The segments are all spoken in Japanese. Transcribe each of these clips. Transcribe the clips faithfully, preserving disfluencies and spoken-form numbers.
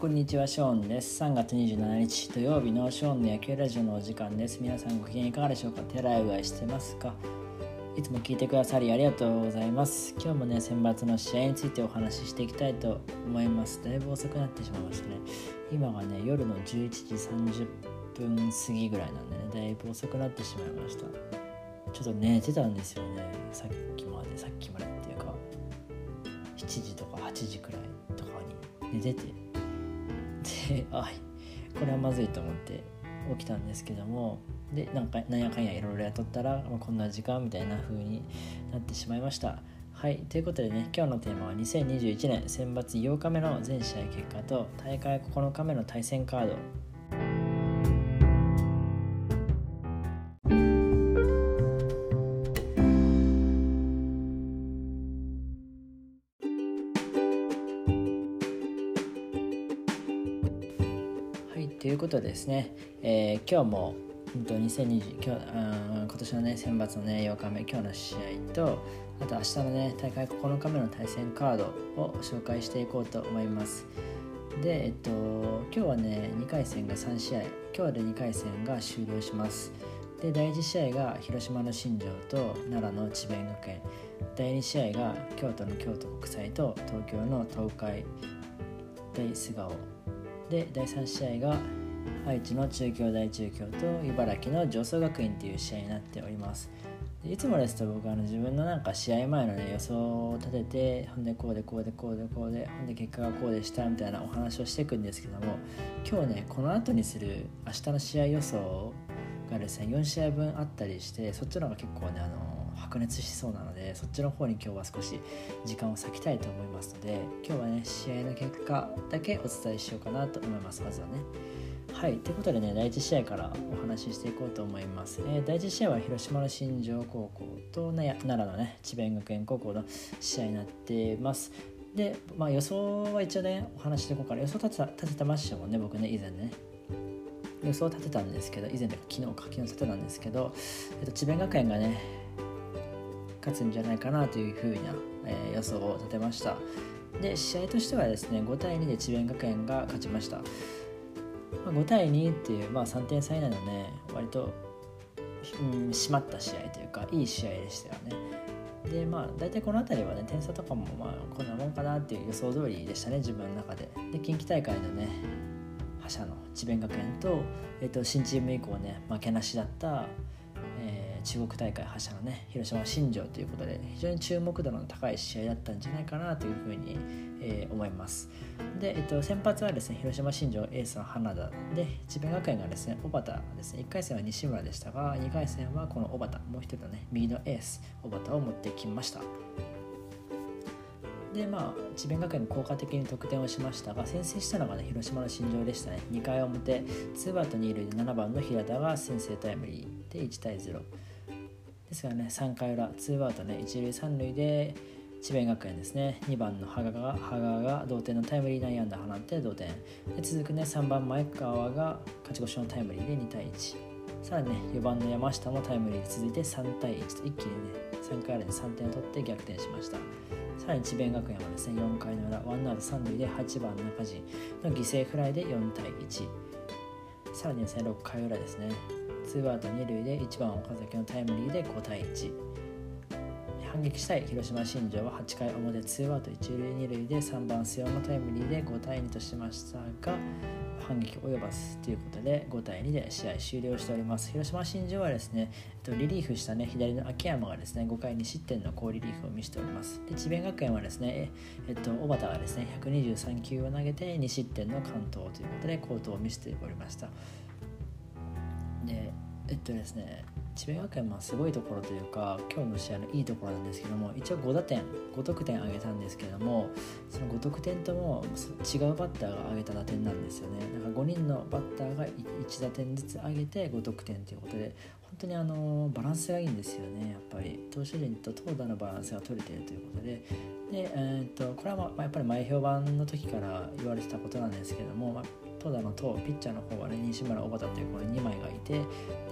んにちは、ショーンです。さんがつにじゅうしちにち土曜日のショーンの野球ラジオのお時間です。皆さんご機嫌いかがでしょうか。手洗いうがいしてますか。いつも聞いてくださりありがとうございます。今日もね、選抜の試合についてお話ししていきたいと思います。だいぶ遅くなってしまいましたね。今がね、夜のじゅういちじさんじゅっぷん過ぎぐらいなんでね、だいぶ遅くなってしまいました。ちょっと寝てたんですよね。さっきまで、さっきまでっていうかしちじとかはちじくらいとかに寝てて、で、あ、これはまずいと思って起きたんですけども、で、なんかなんやかんやいろいろやっとったら、まあ、こんな時間みたいな風になってしまいました。はい、ということでね、今日のテーマはにせんにじゅういちねん選抜ようかめの全試合結果と大会ここのかめの対戦カード。ということでですね、えー、今日もにせんにじゅう今日あ今年のね選抜のねようかめ、今日の試合と、あと明日のね大会ここのかめの対戦カードを紹介していこうと思います。で、えっと今日はねにかい戦がさんしあい、今日でにかい戦が終了します。で、だいいち試合が広島の新庄と奈良の智弁学園、だいに試合が京都の京都国際と東京の東海大菅生で、だいさん試合が愛知の中京大中京と茨城の常総学院という試合になっております。で、いつもですと僕はあの自分のなんか試合前の、ね、予想を立てて、ほんでこうでこうでこうでこうでほんで結果がこうでしたみたいなお話をしていくんですけども、今日ねこの後にする明日の試合予想がですねよん試合分あったりして、そっちの方が結構ねあの白熱しそうなので、そっちの方に今日は少し時間を割きたいと思いますので、今日はね試合の結果だけお伝えしようかなと思います。まずはね、はい、ということでね、だいいち試合からお話ししていこうと思います。えー、だいいち試合は広島の新庄高校と、ね、奈良のね智弁学園高校の試合になってます。で、まあ、予想は一応ねお話していこうから、予想立てた立ててましたもんね、僕ね以前ね予想立てたんですけど、以前で昨日か昨日立てたんですけど、えっと、智弁学園がね勝つんじゃないかなというふうな、えー、予想を立てました。で、試合としてはですねごたいにで智弁学園が勝ちました。まあ、ごたいにっていう、まあ、さんてんさ以内のね割と、うん、締まった試合というかいい試合でしたよね。で、まあ大体この辺りはね点差とかもまあこんなもんかなっていう予想通りでしたね、自分の中で。で、近畿大会のね覇者の智弁学園と、えっと、新チーム以降ね負けなしだった、えー、中国大会覇者のね広島新庄ということで、非常に注目度の高い試合だったんじゃないかなというふうに、えー、思います。で、えっと、先発はですね広島新庄エースの花田で、智弁学園がですね小畑ですね。いっかい戦は西村でしたが、にかい戦はこの小畑、もう一人のね右のエース小畑を持ってきました。で、まあ智弁学園効果的に得点をしましたが、先制したのがね広島の新庄でしたね。にかい表ツーアウトに塁でななばんの平田が先制タイムリーでいちたいゼロですがね、さんかい裏ツーアウトねいち塁さん塁で智弁学園ですね、にばんの羽賀が羽賀が同点のタイムリー内野安打放って同点で、続くねさんばん前川が勝ち越しのタイムリーでにたいいち、さらにねよばんの山下もタイムリーで続いてさんたいいちと一気にねさんかい裏にさんてんを取って逆転しました。さらに智弁学園はですねよんかいの裏ワンアウトさん塁ではちばん中地の犠牲フライでよんたいいち、さらにですねろっかい裏ですねツーアウトに塁でいちばん岡崎のタイムリーでごたいいち、反撃したい広島新庄ははちかい表ツーアウトいち塁に塁でさんばん瀬尾のタイムリーでごたいにとしましたが、反撃及ばずということでごたいにで試合終了しております。広島新庄はですねリリーフしたね左の秋山がですねごかいに失点の好リリーフを見せております。で、智弁学園はですねえっと小畑がですねひゃくにじゅうさんきゅうを投げてに失点の完投ということで好投を見せておりました。で、えっとですね智弁学園はすごいところというか今日の試合のいいところなんですけども、一応ごだてんご得点挙げたんですけども、そのご得点とも違うバッターが挙げた打点なんですよね。だからごにんのバッターがいち打点ずつ挙げてご得点ということで、本当にあのバランスがいいんですよね。やっぱり投手陣と投打のバランスが取れているということで、で、えー、っとこれは、まあ、やっぱり前評判の時から言われてたことなんですけども、まあ、投打の投ピッチャーの方はね西村小畑というこのにまいがいて、で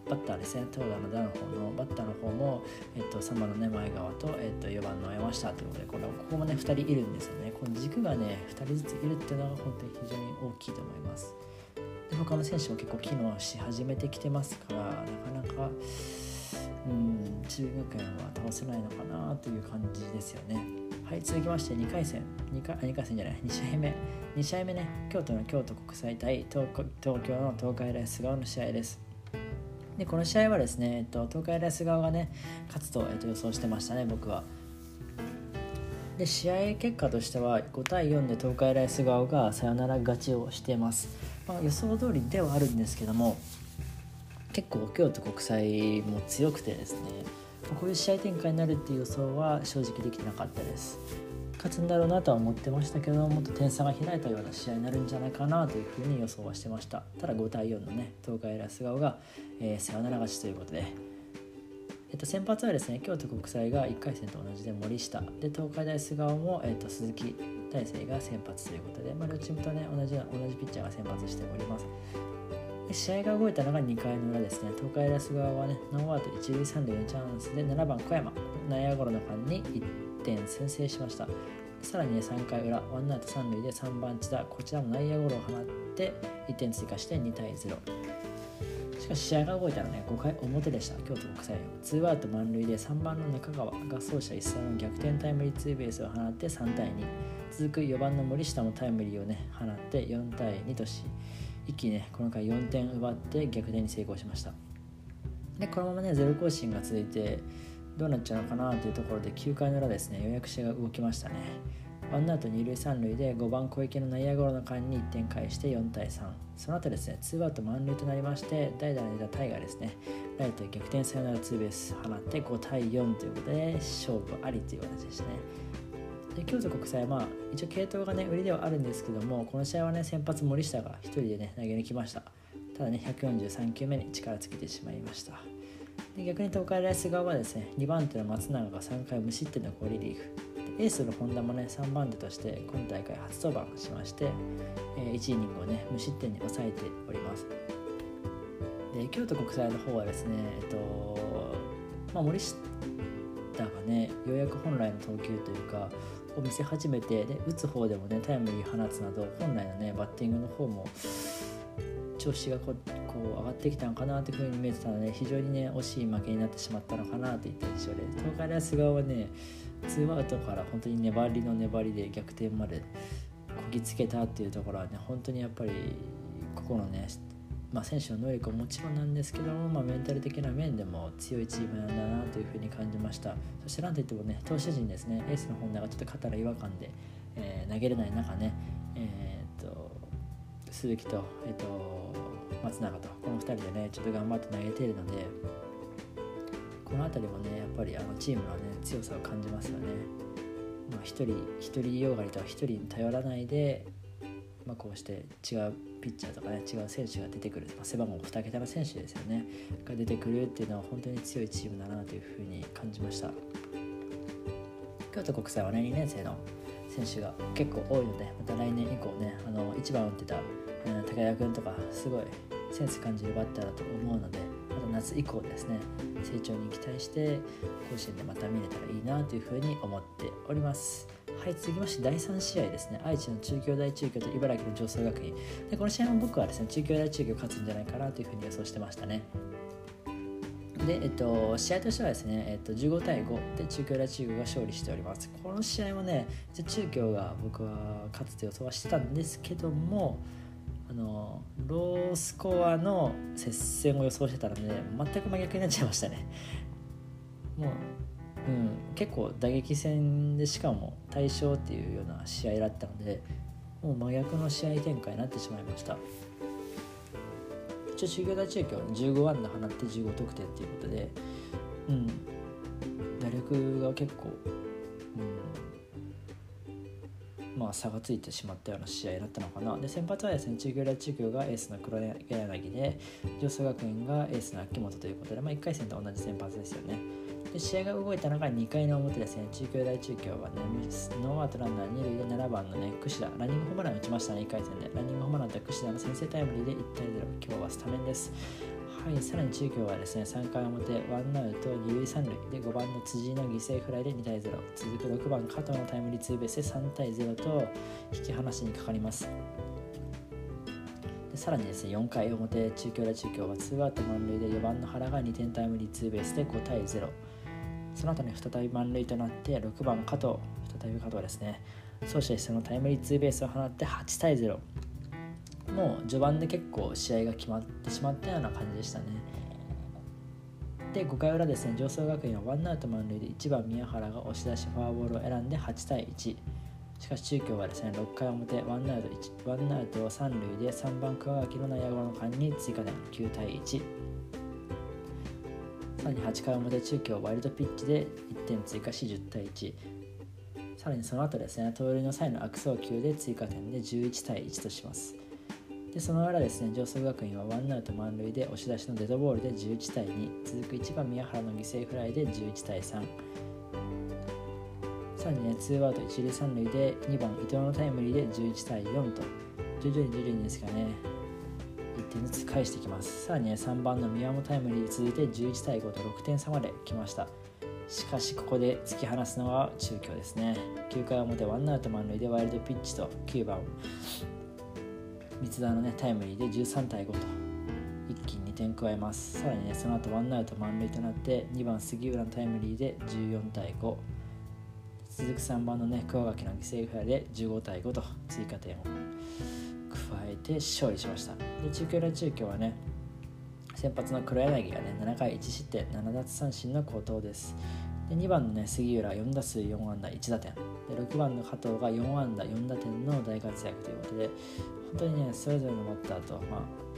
バッターですね、投打の打の方のバッターの方も、えっと、さんばんの、ね、前川と、えっと、よばんの山下ということで、これここもねふたりいるんですよね。この軸がねふたりずついるっていうのが本当に非常に大きいと思います。で他の選手も結構機能し始めてきてますから、なかなかうん中学園は倒せないのかなという感じですよね。はい、続きましてにかい戦 2, 回2回戦じゃないに試合目に試合目ね、京都の京都国際対 東, 東京の東海大菅生の試合です。でこの試合はですね、えっと、東海大菅生がね勝つと、えっと、予想してましたね、僕は。で試合結果としてはごたいよんで東海大菅生がサヨナラ勝ちをしています。まあ、予想通りではあるんですけども、結構京都国際も強くてですね、こういう試合展開になるっていう予想は正直できてなかったです。勝つんだろうなとは思ってましたけど、もっと点差が開いたような試合になるんじゃないかなというふうに予想はしてました。ただごたいよんのね東海大菅生が、えー、サヨナラ勝ちということで、えっと、先発はですね京都国際がいっかい戦と同じで森下で、東海大菅生も、えっと、鈴木大成が先発ということで、まあ、両チームとね同じ同じピッチャーが先発しております。で試合が動いたのがにかいの裏ですね。東海大菅生はねノーアウト一塁三塁のチャンスでななばん小山内野ゴロの間にいってん先制しました。さらに、ね、さんかい裏ワンアウト三塁でさんばん千田、こちらも内野ゴロを放っていってん追加してにたいゼロ。しかし試合が動いたらねごかい表でした。京都国際ツーアウト満塁でさんばんの中川が走者一掃の逆転タイムリーツーベースを放ってさんたいに、続くよばんの森下もタイムリーをね放ってよんたいにとし、一気にねこの回よんてん奪って逆転に成功しました。でこのままねゼロ更新が続いてどうなっちゃうのかなというところできゅうかいの裏ですね、ようやく試合が動きましたね。ワンアウト二塁三塁でごばん小池の内野ゴロの間にいってん返してよんたいさん、その後ですねツーアウト満塁となりまして、代打に出たタイガーですね、ライトへ逆転サヨナラツーベース放ってごたいよんということで勝負ありという形でしたね。で京都国際はまあ一応系統がね売りではあるんですけども、この試合はね先発森下が一人でね投げ抜きました。ただねひゃくよんじゅうさんきゅうめに力尽きてしまいました。で逆に東海大菅生はですねにばん手の松永がさんかい無失点の好リリーフ、エースの本田もねさんばん手として今大会初登板しまして、えー、いちイニングをね無失点に抑えております。で京都国際の方はですね、えっとまあ、森下がねようやく本来の投球というかを見せ始めて、で打つ方でもねタイムリー放つなど本来のねバッティングの方も調子がこう、こう上がってきたのかなというふうに見えてたので、非常にね惜しい負けになってしまったのかなといった印象で、東海大菅生はねツーアウトから本当に粘りの粘りで逆転までこぎつけたっていうところはね本当にやっぱりここのね、まあ、選手の能力はもちろんなんですけども、まあ、メンタル的な面でも強いチームなんだなというふうに感じました。そしてなんといってもね投手陣ですね、エースの本田がちょっと肩の違和感で、えー、投げれない中ね、えー、っと鈴木と、えー、っと松永とこのふたりでねちょっと頑張って投げているので、このあたりもねやっぱりあのチームの、ね、強さを感じますよね。まあ、一人一人よがりとは一人に頼らないで、まあ、こうして違うピッチャーとかね違う選手が出てくる、まあ、背番号に桁の選手ですよねが出てくるっていうのは本当に強いチームだなというふうに感じました。京都国際はねにねん生の選手が結構多いので、また来年以降ねあのいちばん打ってた、うん、高谷君とかすごいセンス感じるバッターだと思うので、また夏以降ですね成長に期待して甲子園でまた見れたらいいなというふうに思っております。はい、続きましてだいさん試合ですね、愛知の中京大中京と茨城の常総学院で、この試合も僕はですね中京大中京勝つんじゃないかなというふうに予想してましたね。で、えっと、試合としてはですね、えっと、じゅうごたいごで中京大中京が勝利しております。この試合はね中京が僕は勝つと予想はしてたんですけども、あのロースコアの接戦を予想してたので全く真逆になっちゃいましたね。もう、うん、結構打撃戦でしかも大勝っていうような試合だったので、もう真逆の試合展開になってしまいました。一応中京大中京はじゅうご安打放ってじゅうご得点ということで、うん、打力が結構、うん、まあ差がついてしまったような試合だったのかな。で先発はですね中京大中京がエースの黒柳で、常総学園がエースの秋元ということで、まあ、いっかい戦と同じ先発ですよね。で試合が動いたのがにかいの表ですね。中京大中京はねノーアウトランナーに塁でななばんのね櫛田ランニングホームラン打ちましたね。いっかい戦でランニングホームランと櫛田の先制タイムリーでいったいゼロ、今日はスタメンです。ははい、さらに中京はですね、さんかい表、ワンアウトに塁さん塁でごばんの辻の犠牲フライでにたいゼロ、続くろくばん加藤のタイムリーツーベースでさんたいゼロと引き離しにかかります。でさらにですね、よんかい表、中京大中京はツーアウト満塁でよばんの原がにてんタイムリーツーベースでごたいゼロ、その後に再び満塁となってろくばん加藤、再び加藤ですね、走者一掃のタイムリーツーベースを放ってはちたいゼロ、もう序盤で結構試合が決まってしまったような感じでしたね。でごかい裏ですね、常総学院はワンアウト満塁でいちばん宮原が押し出しフォアボールを選んではちたいいち、しかし中京はですね、ろっかい表ワンアウトいち、ワンアウトさん塁でさんばん桑垣の内野ゴロの間に追加点きゅうたいいち、さらにはちかい表中京ワイルドピッチでいってん追加しじゅうたいいち、さらにその後ですね、盗塁の際の悪送球で追加点でじゅういちたいいちとします。でその裏ですね、常総学院はワンアウト満塁で押し出しのデッドボールでじゅういちたいに、続くいちばん宮原の犠牲フライでじゅういちたいさん、さらにね、ツーアウトいち塁さん塁でにばん伊藤のタイムリーでじゅういちたいよんと徐々に徐々にですかね、いってんずつ返してきます。さらにね、さんばんの宮本タイムリーで続いてじゅういちたいごとろくてん差まで来ました。しかしここで突き放すのは中京ですね。きゅうかい表ワンアウト満塁でワイルドピッチときゅうばん三田の、ね、タイムリーでじゅうさんたいごと一気ににてん加えます。さらにね、その後ワンアウト満塁となってにばん杉浦のタイムリーでじゅうよんたいご、続くさんばんのね桑垣の犠牲フライでじゅうごたいごと追加点を加えて勝利しました。で中京大中京はね、先発の黒柳がねななかいいち失点なな奪三振の好投です。でにばんのね杉浦よん打数よん安打いち打点でろくばんの加藤がよん安打よん打点の大活躍ということで、本当にねそれぞれのバッターと、まあ、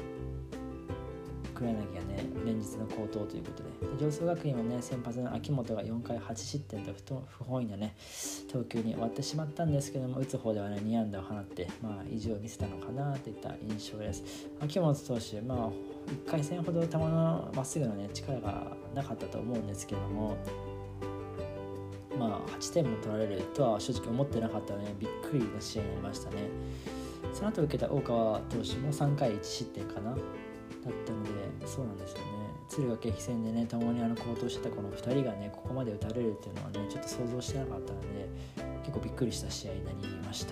黒柳がね連日の好投ということで、で常総学院はね先発の秋元がよんかいはち失点と不本意なね投球に終わってしまったんですけども、打つ方ではねに安打を放って、まあ、意地を見せたのかなといった印象です。秋元投手、まあいっかい戦ほど球のまっすぐのね力がなかったと思うんですけども、まあはちてんも取られるとは正直思ってなかったので、びっくりな試合になりましたね。その後受けた大川投手もさんかいいち失点かなだったので、そうなんですよね。敦賀気比戦でね共にあの好投してたこのふたりがねここまで打たれるっていうのはねちょっと想像してなかったので、結構びっくりした試合になりました。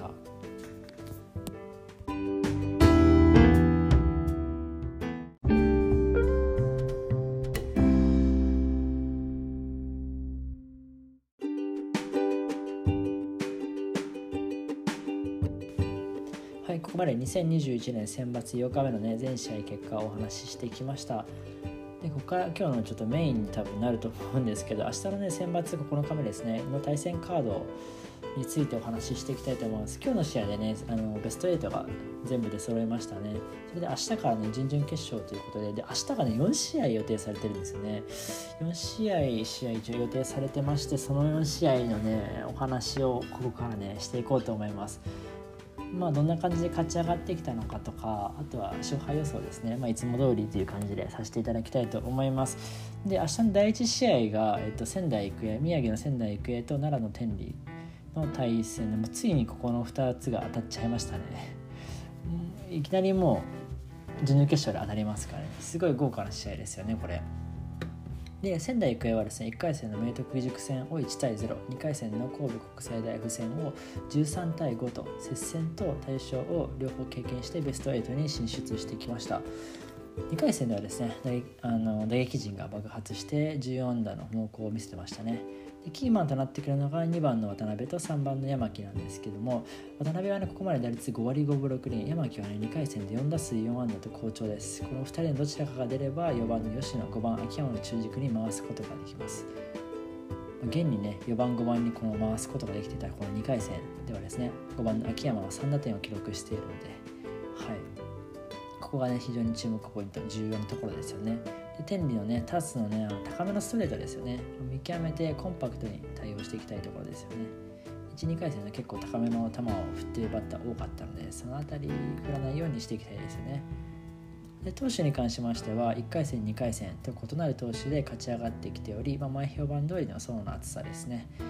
はい、ここまでにせんにじゅういちねん選抜ようかめのね全試合結果をお話ししてきました。でここから今日のちょっとメインに多分なると思うんですけど、明日のね選抜ここのかめですねの対戦カードについてお話ししていきたいと思います。今日の試合でねあのベストはちが全部で揃いましたね。それで明日からね準々決勝ということで、で明日がねよん試合予定されてるんですよね。よん試合試合中予定されてまして、そのよん試合のねお話をここからねしていこうと思います。まあ、どんな感じで勝ち上がってきたのかとか、あとは勝敗予想ですね、まあ、いつも通りという感じでさせていただきたいと思います。で明日のだいいち試合が、えっと、仙台育英宮城の仙台育英と奈良の天理の対戦で、もうついにここのふたつが当たっちゃいましたね。いきなりもう準々決勝で当たりますからね、すごい豪華な試合ですよねこれで。仙台育英はですねいっかい戦の明徳義塾戦をいちたいゼロ、にかい戦の神戸国際大付戦をじゅうさんたいごと接戦と大勝を両方経験してベストはちに進出してきました。にかい戦ではですねあの打撃陣が爆発してじゅうよん安打の猛攻を見せてましたね。でキーマンとなってくるのがにばんの渡辺とさんばんの山木なんですけども、渡辺はねここまで打率ごわりごぶろくりん、山木はねにかい戦でよん打数よん安打と好調です。このふたりのどちらかが出ればよばんの吉野、ごばん秋山の中軸に回すことができます。現にねよばんごばんにこの回すことができていたこのにかい戦ではですね、ごばんの秋山はさん打点を記録しているので、はい、ここがね非常に注目ポイント、重要なところですよね。で天理のねタスのね高めのストレートですよね、見極めてコンパクトに対応していきたいところですよね。いち、にかい戦で結構高めの球を振っているバッター多かったので、そのあたり振らないようにしていきたいですよね。で投手に関しましてはいっかい戦にかい戦と異なる投手で勝ち上がってきており、まあ、前評判通りの層の厚さですね。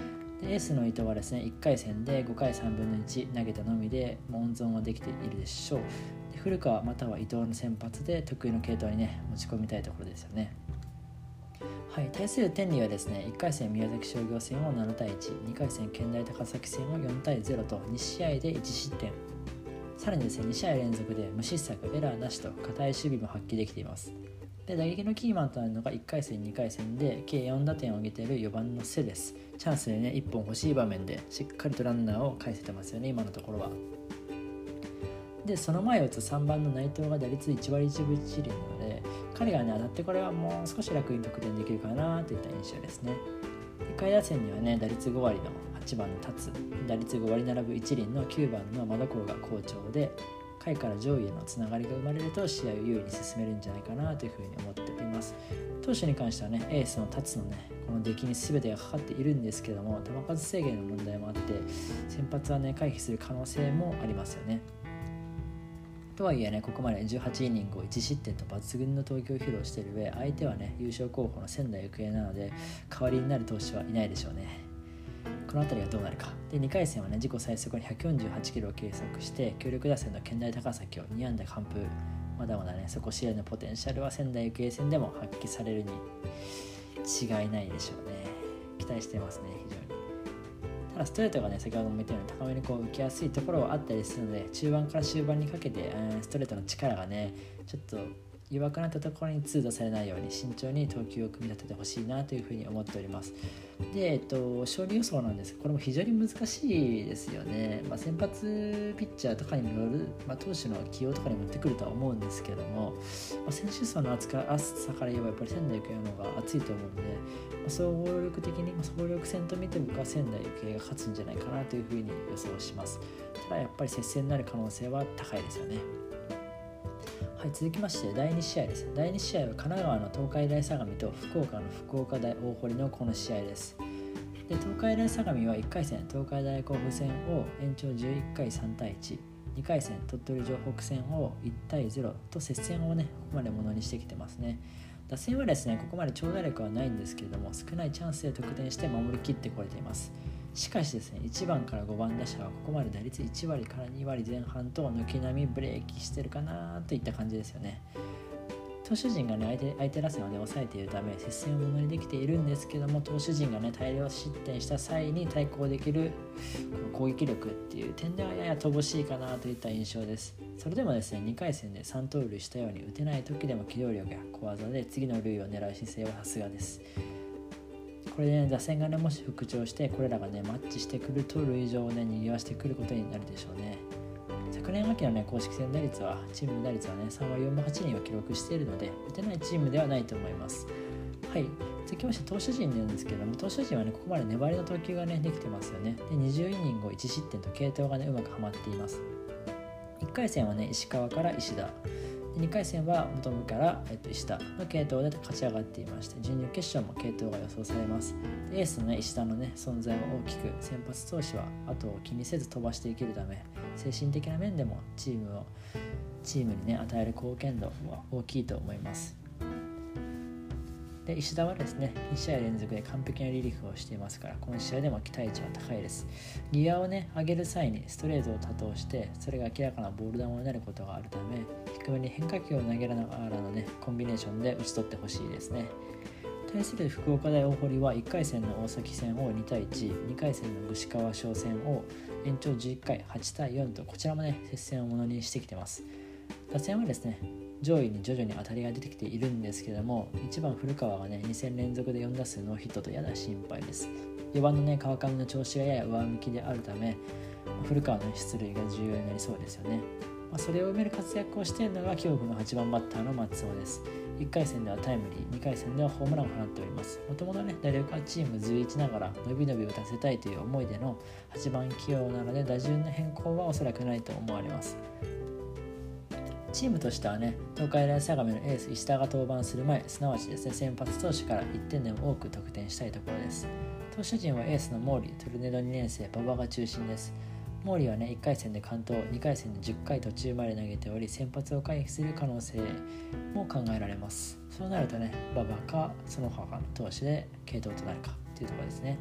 でエースの伊藤はですねいっかい戦でごかいさんぶんのいち投げたのみでもう温存はできているでしょう。で古川または伊藤の先発で得意の継投にね持ち込みたいところですよね。はい、対する天理はですねいっかい戦宮崎商業戦をななたいいち、にかい戦県大高崎戦をよんたいゼロとに試合でいち失点、さらにですねに試合連続で無失策エラーなしと堅い守備も発揮できています。で打撃のキーマンとなるのがいっかい戦にかい戦で計よん打点を挙げているよばんの瀬です。チャンスでねいっぽん欲しい場面でしっかりとランナーを返せてますよね今のところは。でその前を打つさんばんの内藤が打率いちわりいちぶいちりんなので彼がね当たってこれはもう少し楽に得点できるかなといった印象ですね。下位打線にはね打率ごわりのはちばんの達、打率ごわり並ぶいちりんのきゅうばんの窓高が好調で下位から上位へのつながりが生まれると試合を優位に進めるんじゃないかなというふうに思っております。投手に関してはねエースの達のねこの出来に全てがかかっているんですけども球数制限の問題もあって先発はね回避する可能性もありますよね。とはいえねここまでじゅうはちイニングをいち失点と抜群の投球を披露している上相手はね優勝候補の仙台育英なので代わりになる投手はいないでしょうね。この辺りがどうなるか。でにかい戦はね自己最速にひゃくよんじゅうはちキロを計測して強力打線の県大高崎をに安打完封、まだまだねそこ試合のポテンシャルは仙台育英戦でも発揮されるに違いないでしょうね。期待していますね非常に。ただストレートがね先ほども言ったように高めにこう浮きやすいところはあったりするので中盤から終盤にかけてストレートの力がねちょっと弱くなったところに痛打されないように慎重に投球を組み立ててほしいなというふうに思っております。で、えっと、勝利予想なんですがこれも非常に難しいですよね。まあ、先発ピッチャーとかにもよる、まあ、投手の起用とかにもよってくるとは思うんですけども、まあ、選手層の厚さから言えばやっぱり仙台育英の方が厚いと思うので、まあ、総合力的に、まあ、総力戦と見て僕は仙台育英が勝つんじゃないかなというふうに予想します。ただやっぱり接戦になる可能性は高いですよね。はい、続きましてだいに試合です。だいに試合は神奈川の東海大相模と福岡の福岡大大堀のこの試合です。で東海大相模はいっかい戦東海大甲府戦を延長じゅういっかいさんたいいち、にかい戦鳥取城北戦をいちたいゼロと接戦をねここまでものにしてきてますね。打線はですねここまで長打力はないんですけれども少ないチャンスで得点して守りきってこれています。しかしですねいちばんからごばん打者はここまで打率いちわりからにわりぜん半と軒並みブレーキしてるかなといった感じですよね。投手陣がね相手、相手打線をね抑えているため接戦をものにできているんですけども投手陣がね大量失点した際に対抗できるこの攻撃力っていう点ではやや乏しいかなといった印象です。それでもですねにかい戦でさん盗塁したように打てない時でも機動力や小技で次の塁を狙う姿勢はさすがです。これで、ね、打線がねもし復調してこれらがねマッチしてくると塁上をね賑わしてくることになるでしょうね。昨年秋のね公式戦打率はチーム打率はねさんわりよんぶはちりんを記録しているので打てないチームではないと思います。はい、続きまして投手陣なんですけども投手陣はねここまで粘りの投球がねできてますよね。でにじゅうイニングをいち失点と継投がねうまくはまっています。いっかい戦はね石川から石田、にかい戦は本部から、えっと、石田の継投で勝ち上がっていまして準々決勝も継投が予想されます。でエースの、ね、石田の、ね、存在は大きく先発投手は後を気にせず飛ばしていけるため精神的な面でもチームをチームに、ね、与える貢献度は大きいと思います。で石田はですねに試合連続で完璧なリリーフをしていますからこの試合でも期待値は高いです。ギアをね上げる際にストレートを多投してそれが明らかなボール球になることがあるため低めに変化球を投げながらのねコンビネーションで打ち取ってほしいですね。対する福岡大大堀はいっかい戦の大崎戦をにたいいち、にかい戦の串川商戦を延長じゅういっかいはちたいよんとこちらもね接戦をものにしてきてます。打線はですね上位に徐々に当たりが出てきているんですけれどもいちばん古川がねに戦連続でよん打数ノーヒットとやだ心配です。よばんのね川上の調子がやや上向きであるため古川の出塁が重要になりそうですよね。まあ、それを埋める活躍をしているのが恐怖のはちばんバッターの松尾です。いっかい戦ではタイムリー、にかい戦ではホームランを放っております。もともとね打力はチーム随一ながら伸び伸び打たせたいという思いでのはちばん起用なので打順の変更はおそらくないと思われます。チームとしてはね東海大相模のエース石田が登板する前すなわちですね先発投手からいってんでも多く得点したいところです。投手陣はエースの毛利、トルネードにねん生、馬場が中心です。毛利はねいっかい戦で完投、にかい戦でじゅっかい途中まで投げており先発を回避する可能性も考えられます。そうなるとね馬場かその他の投手で継投となるかというところですね。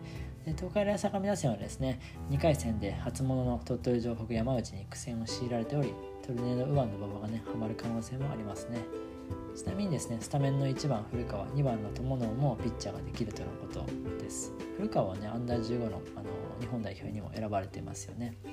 で東海大相模打線はですね、にかい戦で初物の鳥取城北山内に苦戦を強いられており、トルネード右腕の馬場がねハマる可能性もありますね。ちなみにですね、スタメンのいちばん古川、にばんの友野もピッチャーができるとのことです。古川はねアンダーじゅうご の, あの日本代表にも選ばれていますよね。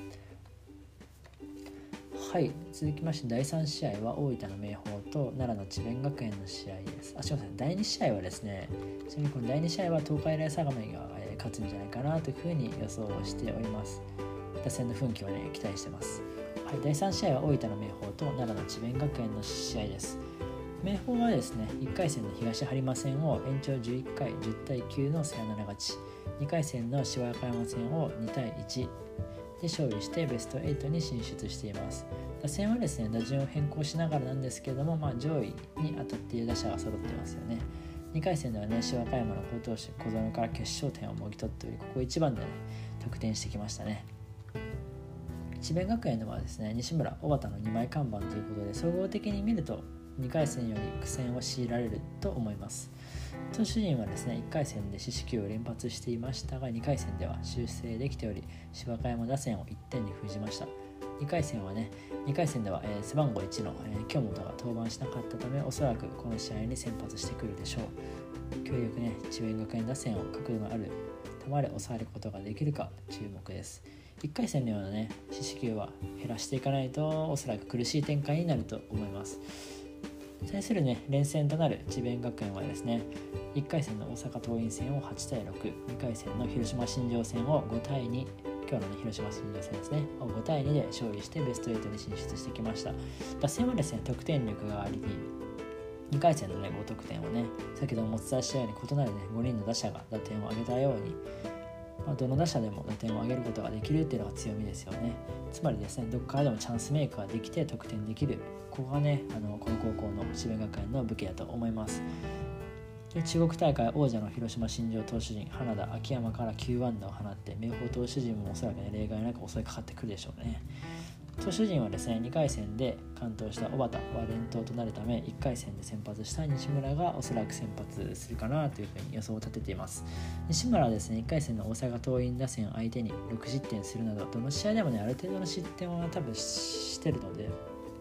はい、続きましてだいさん試合は大分の明豊と奈良の智弁学園の試合です。あ、すみません、だいに試合はですね、ちなみにこのだいに試合は東海大相模が、えー、勝つんじゃないかなというふうに予想をしております。打線の奮起をね期待してます。はい、だいさん試合は大分の明豊と奈良の智弁学園の試合です。明豊はですね、いっかい戦の東播磨戦を延長じゅういっかいじゅうたいきゅうのサヨナラ勝ち、にかい戦の芝和歌山戦をにたいいちで勝利してベストはちに進出しています。打線はですね、打順を変更しながらなんですけれども、まあ、上位に当たっている打者が揃ってますよね。にかい戦ではね、芝和歌山の好投手小園から決勝点をもぎ取っており、ここいちばんでね得点してきましたね。智弁学園ではですね、西村、小畑のにまい看板ということで、総合的に見るとにかい戦より苦戦を強いられると思います。投手陣はですね、いっかい戦で四死球を連発していましたが、にかい戦では修正できており、芝和歌山打線をいってんに封じました。にかい戦はね、にかい戦では、えー、背番号いちの、えー、京本が登板しなかったため、おそらくこの試合に先発してくるでしょう。強力ね、智弁学園打線を角度のある球で抑えることができるか注目です。いっかい戦のようなね、四死球は減らしていかないとおそらく苦しい展開になると思います。対するね、連戦となる智弁学園はですね、いっかい戦の大阪桐蔭戦をはちたいろく、にかい戦の広島新庄戦をごたいに、今日の、ね、広島新庄戦ですね、をごたいにで勝利してベストはちに進出してきました。打線はですね、得点力があり、にかい戦の、ね、ご得点をね、先ほどもお伝えしたように異なる、ね、ごにんの打者が打点を挙げたように、まあ、どの打者でも打点を上げることができるっていうのが強みですよね。つまりですね、どこからでもチャンスメイクができて得点できる、ここがね、あのこの高校の智弁学園の武器だと思います。で中国大会王者の広島新庄投手陣、花田、秋山からきゅう安打を放って、明豊投手陣もおそらく、ね、例外なく襲いかかってくるでしょうね。投手陣はですね、にかい戦で完投した小畑は連投となるため、いっかい戦で先発した西村がおそらく先発するかなというふうに予想を立てています。西村はですね、いっかい戦の大阪桐蔭打線相手にろく失点するなど、どの試合でもね、ある程度の失点は多分してるので、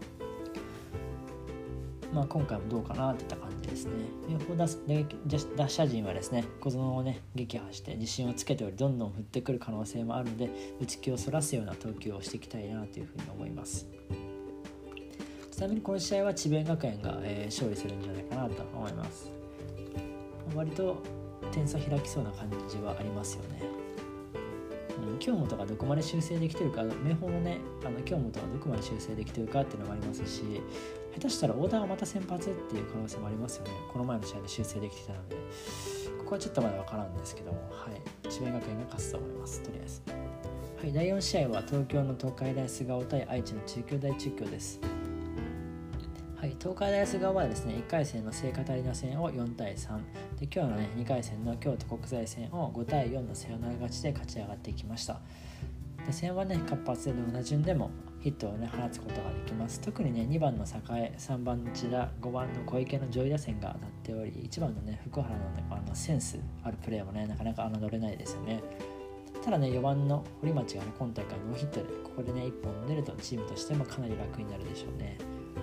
まあ、今回もどうかなといった感じですね。明豊打者陣はですね、小園をね撃破して自信をつけており、どんどん振ってくる可能性もあるので、打ち気をそらすような投球をしていきたいなというふうに思います。ちなみにこの試合は智弁学園が、えー、勝利するんじゃないかなと思います。割と点差開きそうな感じはありますよね。うん、京本がどこまで修正できてるか、明豊のね、あの京本がどこまで修正できてるかっていうのもありますし、下手したら太田がまた先発っていう可能性もありますよね。この前の試合で修正できてたので、ここはちょっとまだ分からんですけども、はい、智弁学園が勝つと思います。とりあえず、はい、だいよん試合は東京の東海大菅生対愛知の中京大中京です。はい、東海大菅生はですね、いっかい戦の聖カタリナ戦をよんたいさんで、今日の、ね、にかい戦の京都国際戦をごたいよんのサヨナラ勝ちで勝ち上がってきました。打線はね、活発でどの打順でもヒットを、ね、放つことができます。特にね、にばんの栄、さんばんの千田、ごばんの小池の上位打線が当たっており、いちばんの、ね、福原の、ね、あのセンスあるプレーもね、なかなか侮れないですよね。ただね、よばんの堀町が、ね、今大会ノーヒットで、ここでね、いっぽん出るとチームとしてもかなり楽になるでしょうね。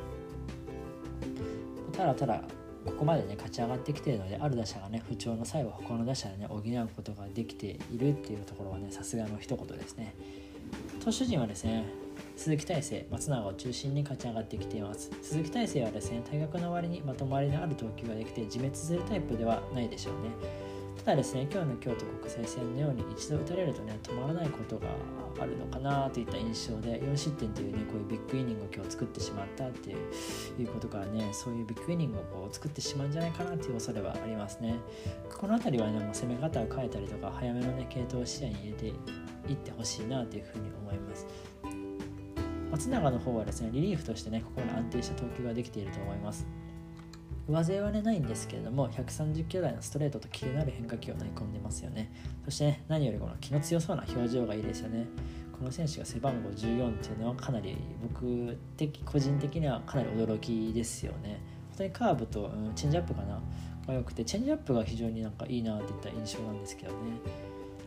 ただただここまでね勝ち上がってきているので、ある打者がね不調の際は他の打者でね補うことができているっていうところはね、さすがの一言ですね。投手陣はですね、鈴木大成、松永を中心に勝ち上がってきています。鈴木大成はですね、大学の割にまとまりのある投球ができて自滅するタイプではないでしょうね。ただですね、今日の京都国際戦のように一度打たれるとね止まらないことがあるのかなといった印象で、よん失点というねこういうビッグイニングを今日作ってしまったっていういうことからね、そういうビッグイニングをこう作ってしまうんじゃないかなという恐れはありますね。このあたりはね、もう攻め方を変えたりとか早めのね系統を視野に入れていってほしいなというふうに思います。松永の方はですね、リリーフとしてねここまで安定した投球ができていると思います。上背はねないんですけれども、ひゃくさんじゅっキロ台のストレートとキレのある変化球を投げ込んでますよね。そして、ね、何よりこの気の強そうな表情がいいですよね。この選手が背番号じゅうよんっていうのはかなり僕的個人的にはかなり驚きですよね。本当にカーブと、うん、チェンジアップかなが良くて、チェンジアップが非常になんかいいなといった印象なんですけどね。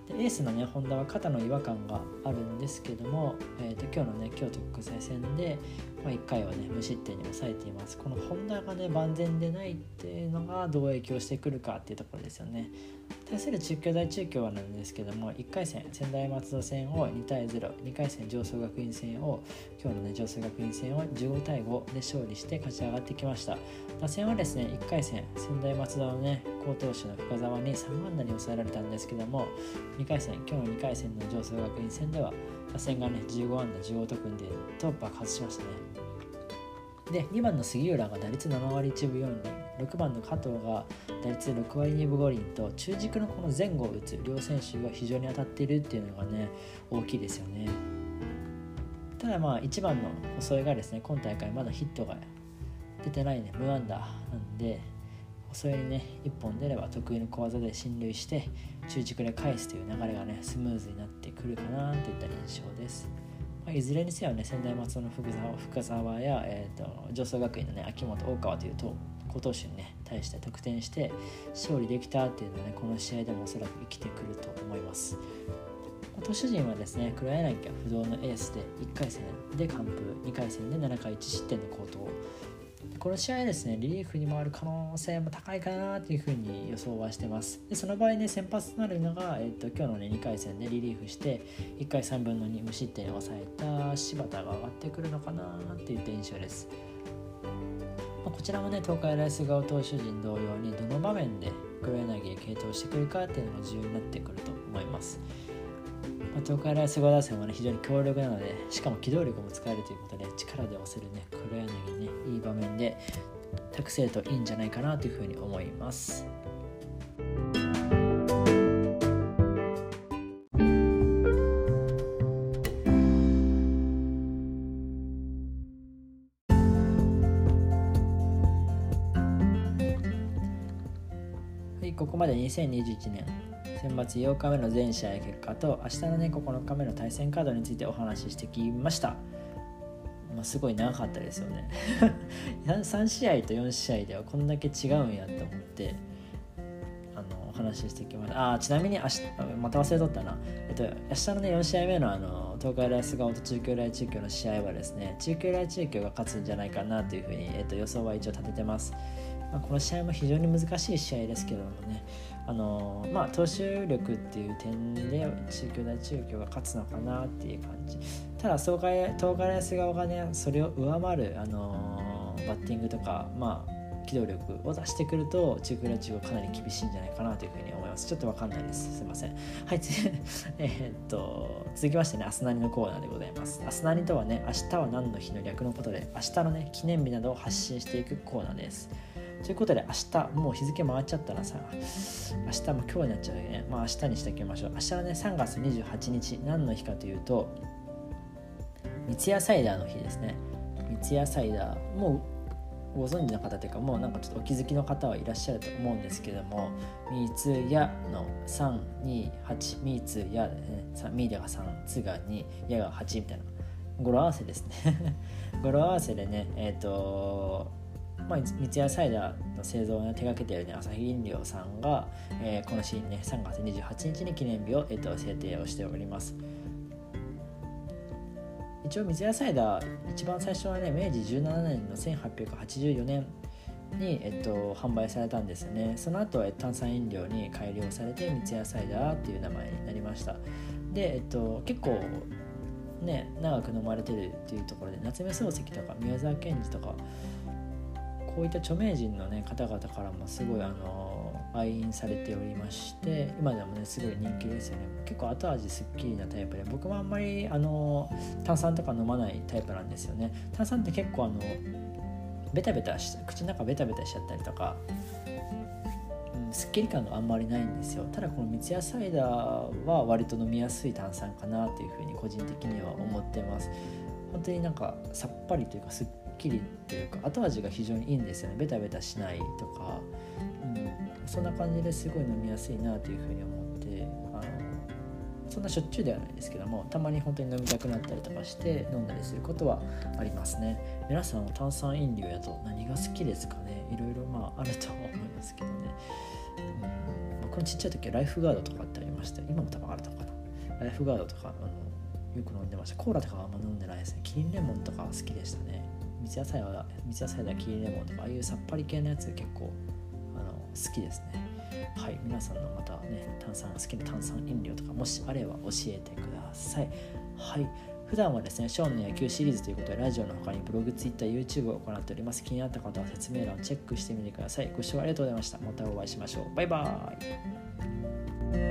でエースのねホンダは肩の違和感があるんですけども、えー、と今日のね京都国際戦で、まあ、いっかいはね無失点に抑えています。このホンダがね万全でないっていうのがどう影響してくるかっていうところですよね。対する中京大中京はなんですけども、いっかい戦専大松戸戦をにたいゼロ、にかい戦常総学院戦を今日のね常総学院戦をじゅうごたいごで勝利して勝ち上がってきました。打線はですねいっかい戦専大松戸のね好投手の深沢にさん安打に抑えられたんですけども、にかい戦今日のにかい戦の常総学院戦では打線がねじゅうご安打じゅうご得点と爆発しましたね。でにばんの杉浦が打率ななわりいちぶよんりん、ろくばんの加藤が打率ろくわりにぶごりんと、中軸のこの前後を打つ両選手が非常に当たっているっていうのがね大きいですよね。ただまあいちばんの細井がですね今大会まだヒットが出てないね無安打なんで、細井にねいっぽん出れば得意の小技で進塁して中軸で返すという流れがねスムーズになってくるかなといった印象です。いずれにせよね専大松戸の福沢、深沢や、えー、と常総学院のね秋元大川という好投手にね対して得点して勝利できたっていうのはねこの試合でもおそらく生きてくると思います。投手陣はですね黒柳が不動のエースでいっかい戦で完封、にかい戦でななかいいち失点の好投。この試合ですねリリーフに回る可能性も高いかなというふうに予想はしてます。でその場合ね先発となるのが、えー、と今日の、ね、にかい戦でリリーフしていっかいさんぶんのに無失点に抑えた柴田が上がってくるのかなっていう印象です。まあ、こちらもね東海大菅生投手陣同様にどの場面で黒柳へ継投してくるかっていうのが重要になってくると思います。まあ、東海大菅生打線は、ね、非常に強力なので、しかも機動力も使えるということで力で押せるね黒柳にねいい場面で託せるといいんじゃないかなというふうに思います。はい、ここまでにせんにじゅういちねん選抜ようかめの全試合結果と明日のねここのかめの対戦カードについてお話ししてきました。まあ、すごい長かったですよねさんしあいとよんしあいではこんだけ違うんやと思ってあのお話ししてきました。あちなみに明日また忘れとったな、えっと、明日のねよんしあいめの、あの東海大菅生と中京大中京の試合はですね中京大中京が勝つんじゃないかなというふうに、えっと、予想は一応立ててます。まあ、この試合も非常に難しい試合ですけれどもね、あのー、まあ投手力っていう点で中京大中京が勝つのかなっていう感じ。ただ東海東海大菅生がねそれを上回る、あのー、バッティングとか、まあ、機動力を出してくると中京大中京かなり厳しいんじゃないかなというふうに思います。ちょっとわかんないです、すいません。はい、えー、っと続きましてね、アスナニのコーナーでございます。アスナニとはね、明日は何の日の略のことで、明日のね記念日などを発信していくコーナーです。ということで明日もう日付回っちゃったらさ、明日も今日になっちゃうよね。まあ明日にしておきましょう。明日はねさんがつにじゅうはちにち、何の日かというと三ツ矢サイダーの日ですね。三ツ矢サイダー、もうご存知の方というかもうなんかちょっとお気づきの方はいらっしゃると思うんですけども、三ツ矢のさんにはち、三ツ矢でね、三でがさん、つがに、矢がはちみたいな語呂合わせですね語呂合わせでね、えっとまあ、三ツ矢サイダーの製造を、ね、手掛けている、ね、朝日飲料さんが、えー、このシーンねさんがつにじゅうはちにちに記念日を、えー、と制定をしております。一応三ツ矢サイダー一番最初はねめいじじゅうななねんのせんはっぴゃくはちじゅうよねんに、えっと、販売されたんですよね。その後、え炭酸飲料に改良されて三ツ矢サイダーっていう名前になりました。で、えっと、結構ね長く飲まれてるっていうところで夏目漱石とか宮沢賢治とかこういった著名人の、ね、方々からもすごいあの愛飲されておりまして、今でもねすごい人気ですよね。結構後味すっきりなタイプで、僕もあんまりあの炭酸とか飲まないタイプなんですよね。炭酸って結構あのベタベタし口の中ベタベタしちゃったりとか、うん、すっきり感があんまりないんですよ。ただこの三ツ矢サイダーは割と飲みやすい炭酸かなというふうに個人的には思ってます。本当になんかさっぱりというかすっきりというか後味が非常にいいんですよね。ベタベタしないとか、うん、そんな感じですごい飲みやすいなというふうに思って、あのそんなしょっちゅうではないですけども、たまに本当に飲みたくなったりとかして飲んだりすることはありますね。皆さんは炭酸飲料やと何が好きですかね。いろいろまああると思いますけどね、うん、僕のちっちゃい時はライフガードとかってありました。今も多分あるのかな。ライフガードとかあのよく飲んでました。コーラとかはあんま飲んでないですね。キリンレモンとか好きでしたね。三ツ矢サイダー、三ツ矢サイダー、キリンレモンとかああいうさっぱり系のやつ結構あの好きですね。はい、皆さんのまたね炭酸好きな炭酸飲料とかもしあれば教えてください。はい、普段はですねショーンの野球シリーズということでラジオの他にブログ、ツイッター、YouTube を行っております。気になった方は説明欄をチェックしてみてください。ご視聴ありがとうございました。またお会いしましょう。バイバーイ。